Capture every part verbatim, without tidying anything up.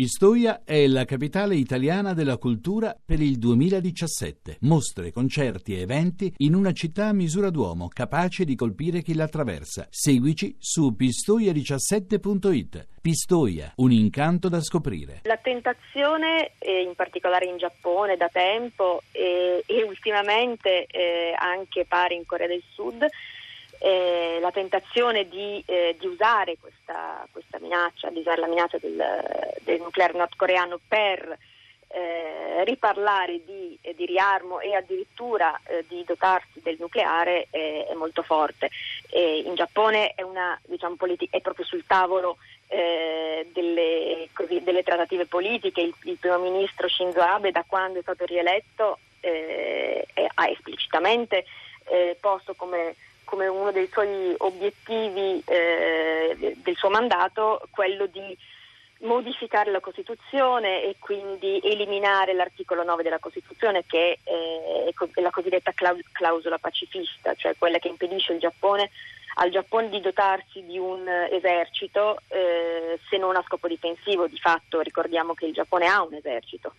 Pistoia è la capitale italiana della cultura per il duemiladiciassette. Mostre, concerti e eventi in una città a misura d'uomo, capace di colpire chi la attraversa. Seguici su pistoia diciassette punto it. Pistoia, un incanto da scoprire. La tentazione, eh, in particolare in Giappone da tempo eh, e ultimamente eh, anche pare in Corea del Sud, Eh, la tentazione di, eh, di usare questa, questa minaccia, di usare la minaccia del, del nucleare nordcoreano per eh, riparlare di, eh, di riarmo e addirittura eh, di dotarsi del nucleare eh, è molto forte. Eh, in Giappone è una diciamo politica, è proprio sul tavolo eh, delle, così, delle trattative politiche. Il, il primo ministro Shinzo Abe, da quando è stato rieletto, eh, è, ha esplicitamente eh, posto come come uno dei suoi obiettivi eh, del suo mandato quello di modificare la Costituzione e quindi eliminare l'articolo nove della Costituzione, che è, è la cosiddetta clausola pacifista, cioè quella che impedisce il Giappone, al Giappone di dotarsi di un esercito eh, se non a scopo difensivo. Di fatto ricordiamo che il Giappone ha un esercito,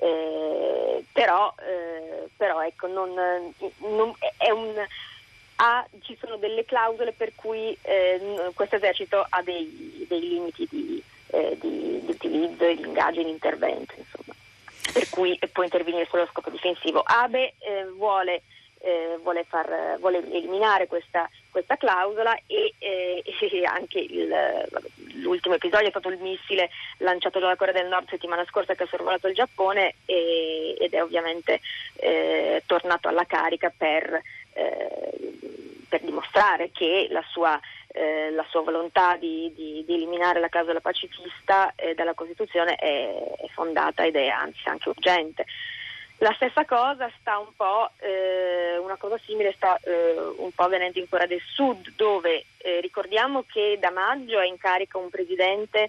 eh, però, eh, però ecco, non, non è un Ha, ci sono delle clausole per cui eh, questo esercito ha dei, dei limiti di, eh, di, di utilizzo e di ingaggio in intervento, insomma, per cui può intervenire solo a scopo difensivo. Abe eh, vuole, eh, vuole, far, vuole eliminare questa, questa clausola e, eh, e anche il, l'ultimo episodio è stato il missile lanciato dalla Corea del Nord settimana scorsa che ha sorvolato il Giappone e, ed è ovviamente eh, tornato alla carica per Eh, per dimostrare che la sua, eh, la sua volontà di, di, di eliminare la clausola pacifista eh, dalla Costituzione è, è fondata ed è anzi anche urgente. La stessa cosa sta un po', eh, una cosa simile sta eh, un po' avvenendo in Corea del Sud, dove eh, ricordiamo che da maggio è in carica un presidente,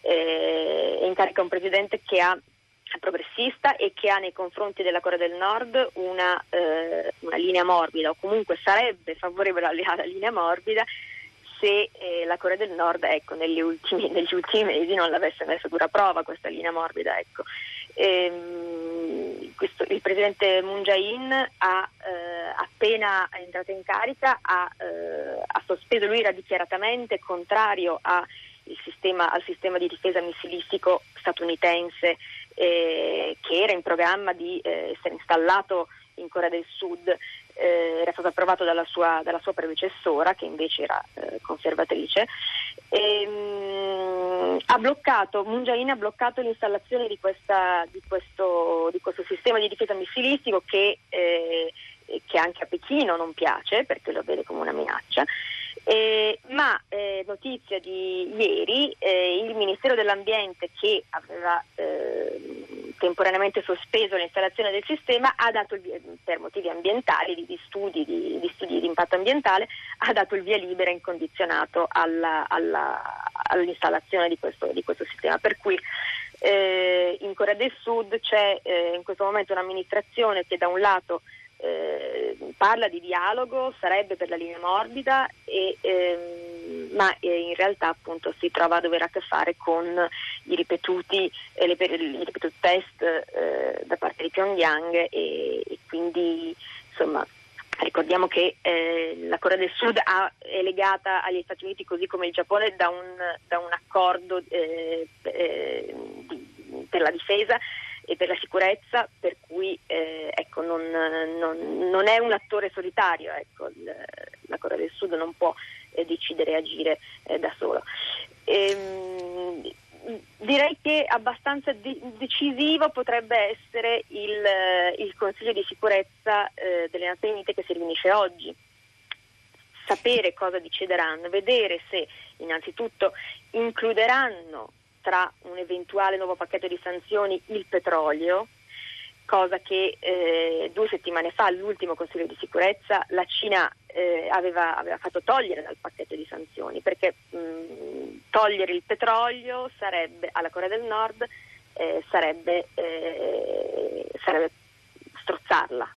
eh, è in carica un presidente che ha progressista e che ha nei confronti della Corea del Nord una, eh, una linea morbida, o comunque sarebbe favorevole alla linea morbida se eh, la Corea del Nord ecco, negli, ultimi, negli ultimi mesi non l'avesse messo a dura prova questa linea morbida. Ecco. Ehm, questo, il presidente Moon Jae-in ha eh, appena entrato in carica ha, eh, ha sospeso, lui era dichiaratamente contrario a il sistema, al sistema di difesa missilistico statunitense eh, che era in programma di eh, essere installato in Corea del Sud, eh, era stato approvato dalla sua, dalla sua predecessora che invece era eh, conservatrice. E, mh, ha bloccato, Moon Jae-in ha bloccato l'installazione di, questa, di, questo, di questo sistema di difesa missilistico che, eh, che anche a Pechino non piace perché lo vede come una minaccia. Eh, ma eh, notizia di ieri, eh, il Ministero dell'Ambiente, che aveva eh, temporaneamente sospeso l'installazione del sistema, ha dato il via, per motivi ambientali, di, di studi di, di studi di impatto ambientale, ha dato il via libera incondizionato alla, alla, all'installazione di questo, di questo sistema. Per cui eh, in Corea del Sud c'è eh, in questo momento un'amministrazione che da un lato Eh, parla di dialogo, sarebbe per la linea morbida, e, ehm, ma eh, in realtà appunto si trova a dover a che fare con i ripetuti, eh, le, i ripetuti test eh, da parte di Pyongyang e, e quindi insomma ricordiamo che eh, la Corea del Sud ha, è legata agli Stati Uniti così come il Giappone da un, da un accordo eh, eh, di, per la difesa e per la sicurezza, per cui eh, ecco, non, non, non è un attore solitario, ecco, il, la Corea del Sud non può eh, decidere e agire eh, da sola. Ehm, direi che abbastanza de- decisivo potrebbe essere il, il Consiglio di sicurezza eh, delle Nazioni Unite che si riunisce oggi. Sapere cosa decideranno, vedere se innanzitutto includeranno tra un eventuale nuovo pacchetto di sanzioni il petrolio, cosa che eh, due settimane fa all'ultimo Consiglio di sicurezza la Cina eh, aveva, aveva fatto togliere dal pacchetto di sanzioni, perché mh, togliere il petrolio sarebbe alla Corea del Nord eh, sarebbe, eh, sarebbe strozzarla,